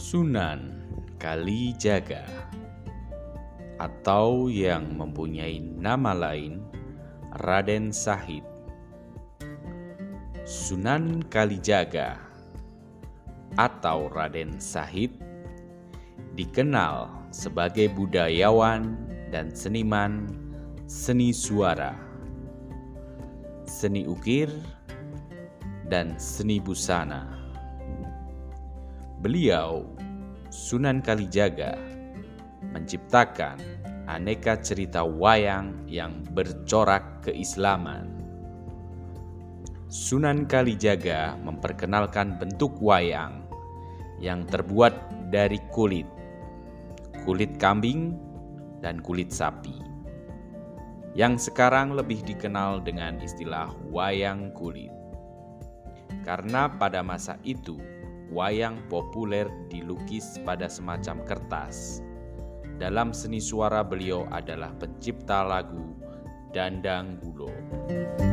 Sunan Kalijaga atau yang mempunyai nama lain Raden Shahid. Sunan Kalijaga atau Raden Shahid dikenal sebagai budayawan dan seniman seni suara, seni ukir, dan seni busana. Beliau, Sunan Kalijaga, menciptakan aneka cerita wayang yang bercorak keislaman. Sunan Kalijaga memperkenalkan bentuk wayang yang terbuat dari kulit kambing dan kulit sapi, yang sekarang lebih dikenal dengan istilah wayang kulit. Karena pada masa itu, wayang populer dilukis pada semacam kertas. Dalam seni suara beliau adalah pencipta lagu Dandang Gulo.